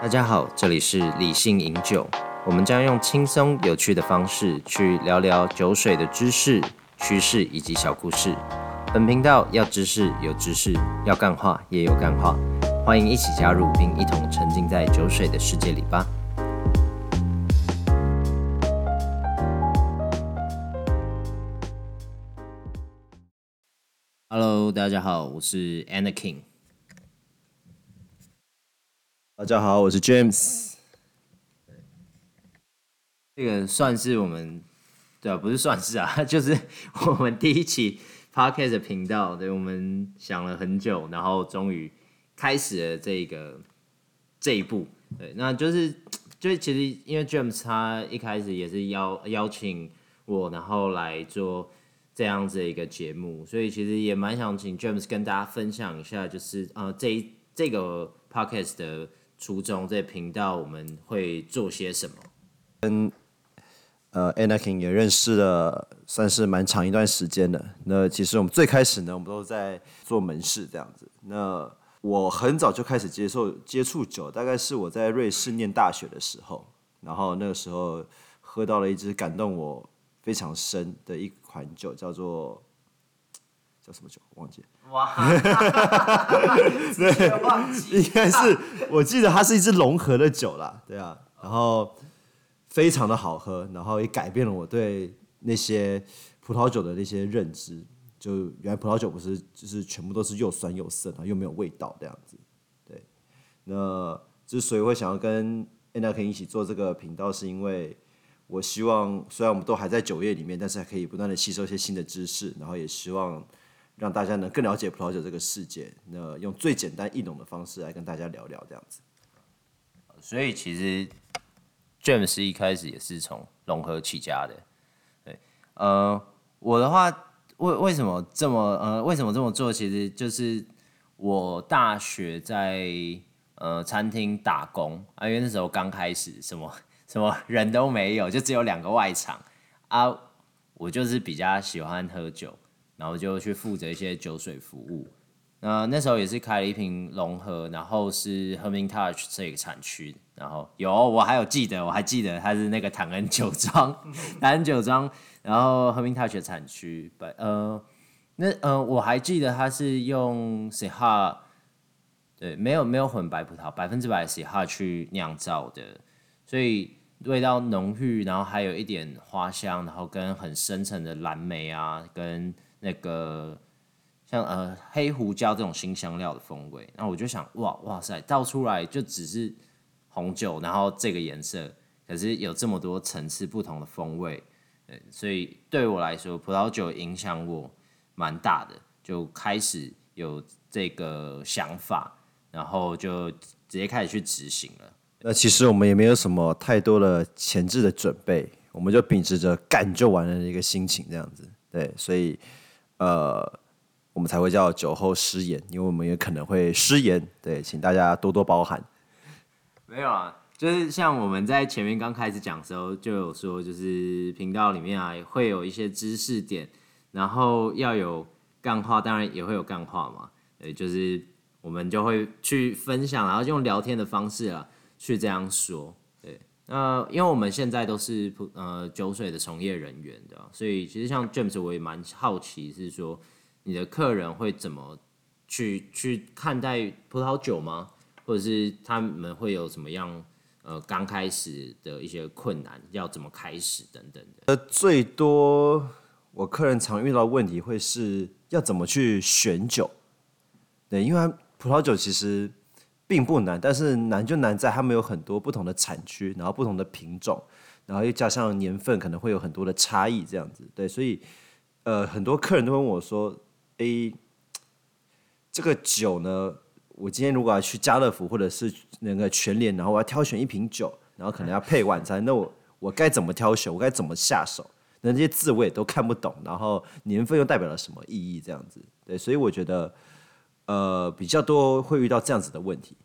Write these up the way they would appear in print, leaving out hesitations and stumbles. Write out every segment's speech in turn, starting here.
大家好，这里是理性饮酒，我们将用轻松有趣的方式去聊聊酒水的知识、趋势以及小故事。本频道要知识有知识，要干话也有干话，欢迎一起加入并一同沉浸在酒水的世界里吧。Hello， 大家好，我是 Anakin。 大家好，我是 James。 这个算是我们，对啊，不是算是啊，就是我们第一期 Podcast 的频道，对，我们想了很久，然后终于开始了这一步，对，那就是其实因为 James 他一开始也是邀请我，然后来做这样子的一个节目，所以其实也蛮想请 James 跟大家分享一下，就是这个 Podcast 的初衷，这个频道我们会做些什么。 Anakin 也认识了，算是蛮长一段时间的。那其实我们最开始呢，我们都在做门市这样子。那我很早就开始接触酒，大概是我在瑞士念大学的时候，然后那个时候喝到了一支感动我非常深的一款酒，叫什么酒？忘记了。 哇， 对， 忘记应该是我记得它是一支龙河的酒啦，对啊，然后非常的好喝，然后也改变了我对那些葡萄酒的那些认知。就原来葡萄酒不是就是全部都是又酸又涩，然后又没有味道这样子。对，那之所以会想要跟 Anakin 一起做这个频道，是因为我希望虽然我们都还在酒业里面，但是还可以不断的吸收一些新的知识，然后也希望让大家能更了解葡萄酒这个世界。那用最简单易懂的方式来跟大家聊聊这样子。 所以其实 James 一开始也是从融合起家的。对，我的话为什么这么做？其实就是我大学在餐厅打工啊，因为那时候刚开始，什么人都没有，就只有2个外场啊。我就是比较喜欢喝酒，然后就去负责一些酒水服务。那时候也是开了一瓶龙河，然后是 Hermitage 这个产区，然后我还记得它是那个坦恩酒庄，然后 Hermitage 的产区，我还记得它是用 Syrah， 对，没有混白葡萄，100%Syrah 去酿造的，所以味道浓郁，然后还有一点花香，然后跟很深沉的蓝莓啊，跟那个像黑胡椒这种辛香料的风味，然后我就想哇塞，倒出来就只是红酒，然后这个颜色，可是有这么多层次不同的风味，所以对我来说，葡萄酒影响我蛮大的，就开始有这个想法，然后就直接开始去执行了。 那其实我们也没有什么太多的前置的准备，我们就秉持着干就完了的一个心情这样子。对，所以我们才会叫酒后失言，因为我们也可能会失言。对，请大家多多包涵。 没有啊，就是像我们在前面刚开始讲的时候就有说，就是频道里面啊会有一些知识点，然后要有干话，当然也会有干话嘛。就是我们就会去分享，然后用聊天的方式啊去这样说。对，因为我们现在都是酒水的从业人员的，所以其实像 James 我也蛮好奇，是说你的客人会怎么去看待葡萄酒吗？或者是他们会有什么样刚开始的一些困难，要怎么开始等等的？ 最多我客人常遇到的问题会是要怎么去选酒。对，因为葡萄酒其实并不难，但是难就难在它们有很多不同的产区，然后不同的品种，然后又加上年份，可能会有很多的差异这样子。对，所以很多客人都问我说：“这个酒呢，我今天如果要去家乐福或者是那个全联，然后我要挑选一瓶酒，然后可能要配晚餐，那我该怎么挑选？我该怎么下手？那这些字我也都看不懂，然后年份又代表了什么意义？这样子，对，所以我觉得比较多会遇到这样子的问题。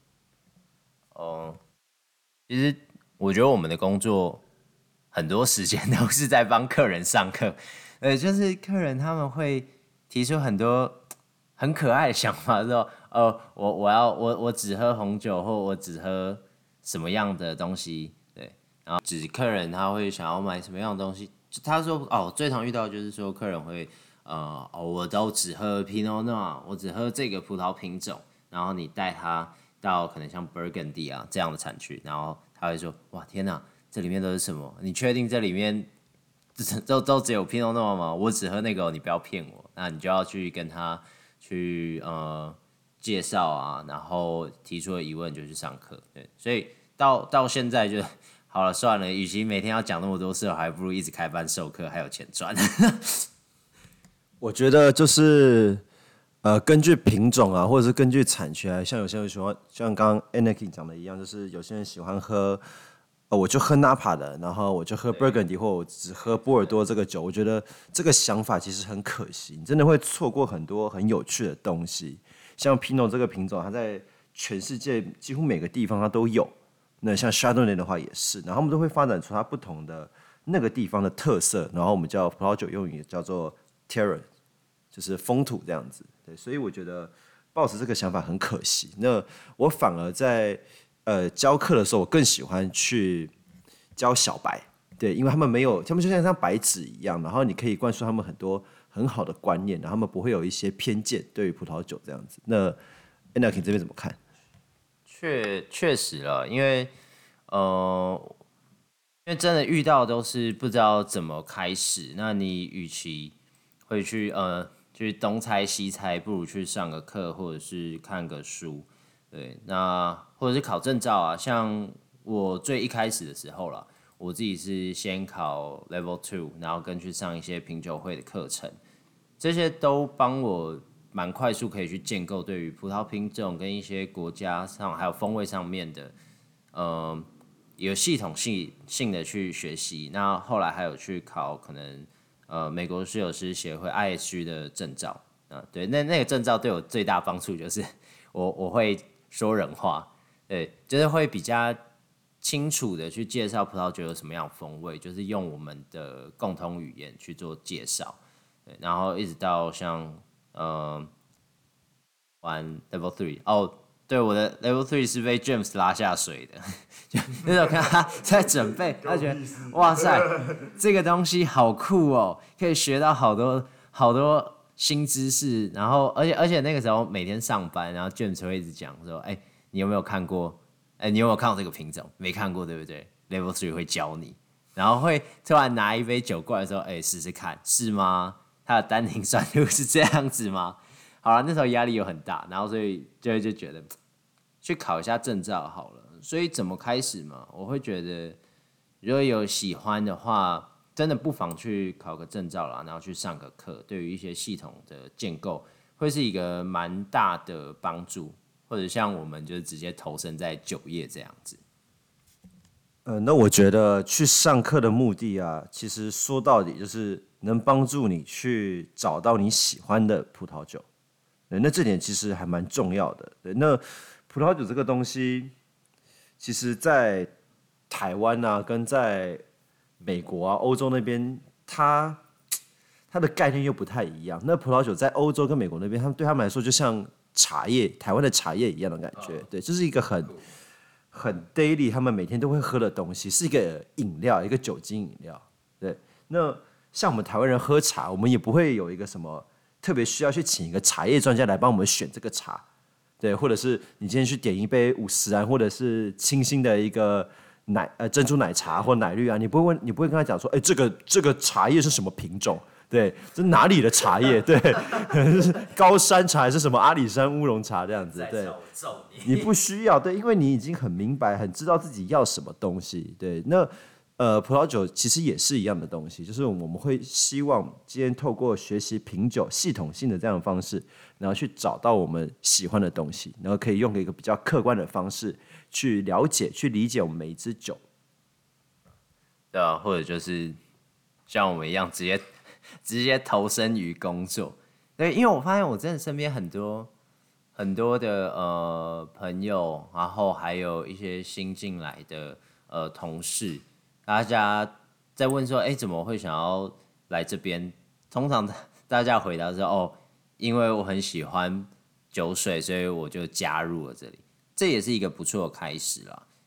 其实我觉得我们的工作很多时间都是在帮客人上课，就是客人他们会提出很多很可爱的想法，说我只喝红酒，或我只喝什么样的东西，对，然后指客人他会想要买什么样的东西。他说最常遇到就是说客人会我都只喝 Pinot Noir， 我只喝这个葡萄品种，然后你带他到可能像 Burgundy 啊这样的产区，然后他会说哇天哪，这里面都是什么？你确定这里面都只有 Pinot Noir 吗？我只喝那个，你不要骗我。那你就要去跟他去介绍啊，然后提出了疑问就去上课。对，所以到现在就好了，算了，与其每天要讲那么多事，还不如一直开班授课，还有钱赚。 我觉得就是根据品种啊，或者是根据产区啊，像有些人喜欢，像刚刚 Anarchy 讲的一样，就是有些人喜欢喝，我就喝 Napa 的，然后我就喝 Burgundy， 或我只喝波尔多这个酒。我觉得这个想法其实很可惜，你真的会错过很多很有趣的东西。像 Pinot 这个品种，它在全世界几乎每个地方它都有。那像 Chardonnay 的话也是，然后他们都会发展出它不同的那个地方的特色，然后我们叫葡萄酒用语叫做 terroir， 就是风土这样子。对，所以我觉得抱持这个想法很可惜。那我反而在教课的时候，我更喜欢去教小白，对，因为他们没有，他们就像白纸一样，然后你可以灌输他们很多很好的观念，然后他们不会有一些偏见对于葡萄酒这样子。那 Anarchy 这边怎么看？ 确实了，因为真的遇到都是不知道怎么开始。那你与其会去东猜西猜，不如去上个课，或者是看个书，对，那或者是考证照啊。像我最一开始的时候啦，我自己是先考 Level 2，然后跟去上一些品酒会的课程，这些都帮我蛮快速可以去建构对于葡萄品种跟一些国家上还有风味上面的，有系统性的去学习。那后来还有去考可能美国侍酒师协会 ISG 的证照啊，对，那个证照对我最大帮助就是我会说人话，对，就是会比较清楚的去介绍葡萄酒有什么样的风味，就是用我们的共同语言去做介绍。对，然后一直到像玩 Level 3对，我的 Level 3是被 James 拉下水的，就那时候看他在准备，他觉得哇塞，这个东西好酷哦，可以学到好多新知识。然后而且那个时候每天上班，然后 James 会一直讲说，你有没有看过？你有没有看过这个品种？没看过对不对？Level 3会教你，然后会突然拿一杯酒过来说，试试看，是吗？它的单宁酸度是这样子吗？好了，那时候压力有很大，然后所以就觉得去考一下证照好了。所以怎么开始嘛？我会觉得如果有喜欢的话，真的不妨去考个证照啦，然后去上个课，对于一些系统的建构会是一个蛮大的帮助。或者像我们就直接投身在酒业这样子。 那我觉得去上课的目的啊，其实说到底就是能帮助你去找到你喜欢的葡萄酒。对，那这点其实还蛮重要的。对，那葡萄酒这个东西，其实在台湾啊，跟在美国啊、欧洲那边，它的概念又不太一样。那葡萄酒在欧洲跟美国那边，对他们来说就像茶叶，台湾的茶叶一样的感觉。对，这是一个很 daily， 他们每天都会喝的东西，是一个饮料，一个酒精饮料。对，那像我们台湾人喝茶，我们也不会有一个什么特别需要去请一个茶叶专家来帮我们选这个茶。对，或者是你今天去点一杯50安，或者是清新的一个珍珠奶茶或奶绿啊，你不会跟他讲说，这个茶叶是什么品种？对，这是哪里的茶叶？对，可能是高山茶还是什么阿里山乌龙茶这样子？对，你不需要，对，因为你已经很明白，很知道自己要什么东西。对，那葡萄酒其实也是一样的东西，就是我们会希望今天透过学习品酒系统性的这样的方式，然后去找到我们喜欢的东西，然后可以用一个比较客观的方式去了解、去理解我们每一支酒。 对啊，或者就是像我们一样直接投身于工作。对，因为我发现我真的身边很多的朋友，然后还有一些新进来的同事，大家在问说，怎么会想要来这边？通常大家回答说，因为我很喜欢酒水，所以我就加入了这里。这也是一个不错的开始啦。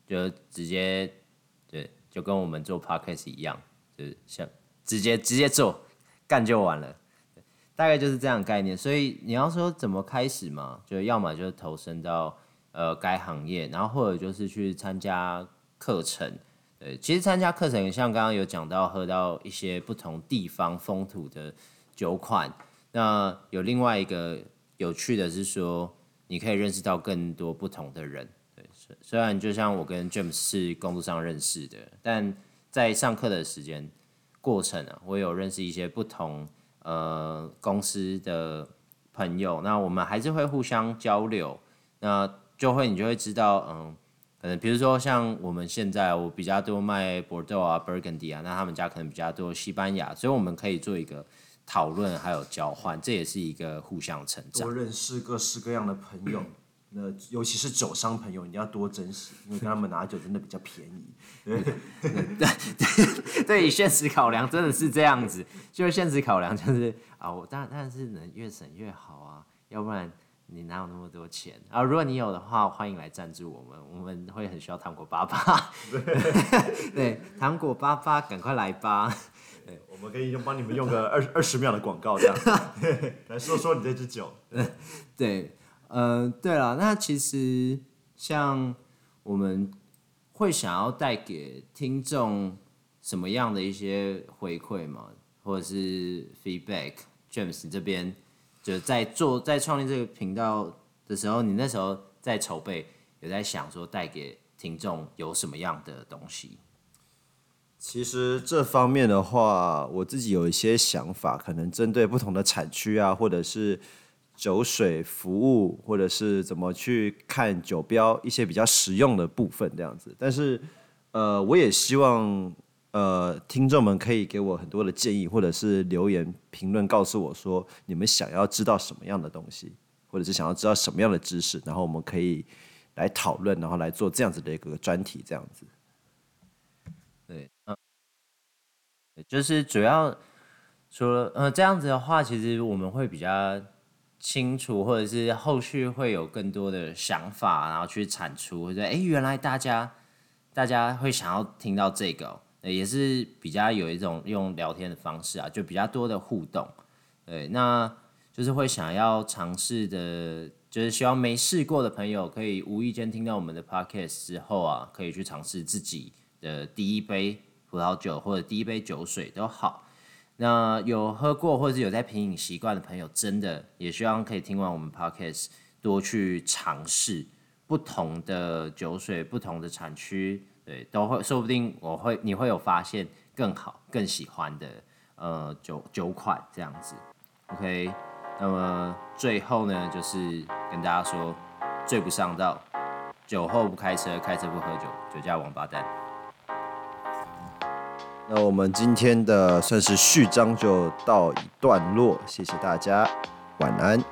就直接对，就跟我们做 podcast 一样，就是像直接做，干就完了。大概就是这样的概念。所以你要说怎么开始嘛，就要么就投身到该行业，然后或者就是去参加课程。对，其实参加课程像刚刚有讲到，喝到一些不同地方风土的酒款。那有另外一个有趣的是说，你可以认识到更多不同的人。对，虽然就像我跟 James 是工作上认识的，但在上课的时间过程啊，我有认识一些不同公司的朋友，那我们还是会互相交流，那你就会知道，可能比如说像我们现在我比较多卖 Bordeaux 啊、Burgundy 啊，那他们家可能比较多西班牙，所以我们可以做一个讨论还有交换，这也是一个互相成长。 多认识各式各样的朋友，那尤其是酒商朋友，你要多珍惜，因为跟他们拿酒真的比较便宜。 对，以现实考量真的是这样子，就是现实考量就是啊，我当然是能越省越好啊，要不然你哪有那么多钱啊？如果你有的话，欢迎来赞助我们，我们会很需要糖果88。对，糖果88，赶快来吧！ 对，我们可以帮你们用个20秒的广告这样，来说说你这支酒。 对，对了，那其实像我们会想要带给听众什么样的一些回馈嘛，或者是 feedback？James 这边就在创立这个频道的时候，你那时候在筹备，有在想说带给听众有什么样的东西？ 其实这方面的话，我自己有一些想法，可能针对不同的产区啊，或者是酒水服务，或者是怎么去看酒标一些比较实用的部分这样子。但是，我也希望听众们可以给我很多的建议，或者是留言评论告诉我说你们想要知道什么样的东西，或者是想要知道什么样的知识，然后我们可以来讨论，然后来做这样子的一个专题这样子。 对，就是主要除了这样子的话，其实我们会比较清楚，或者是后续会有更多的想法，然后去产出，或者原来大家会想要听到这个也是比较有一种用聊天的方式啊，就比较多的互动。对，那就是会想要尝试的，就是希望没试过的朋友可以无意间听到我们的 podcast 之后啊，可以去尝试自己的第一杯葡萄酒或者第一杯酒水都好。那有喝过或者有在品饮习惯的朋友，真的也希望可以听完我们 podcast， 多去尝试不同的酒水、不同的产区，对，都会说不定你会有发现更好、更喜欢的酒款这样子。OK， 那么最后呢，就是跟大家说，醉不上道，酒后不开车，开车不喝酒，酒驾王八蛋。 那我们今天的算是序章就到一段落，谢谢大家，晚安。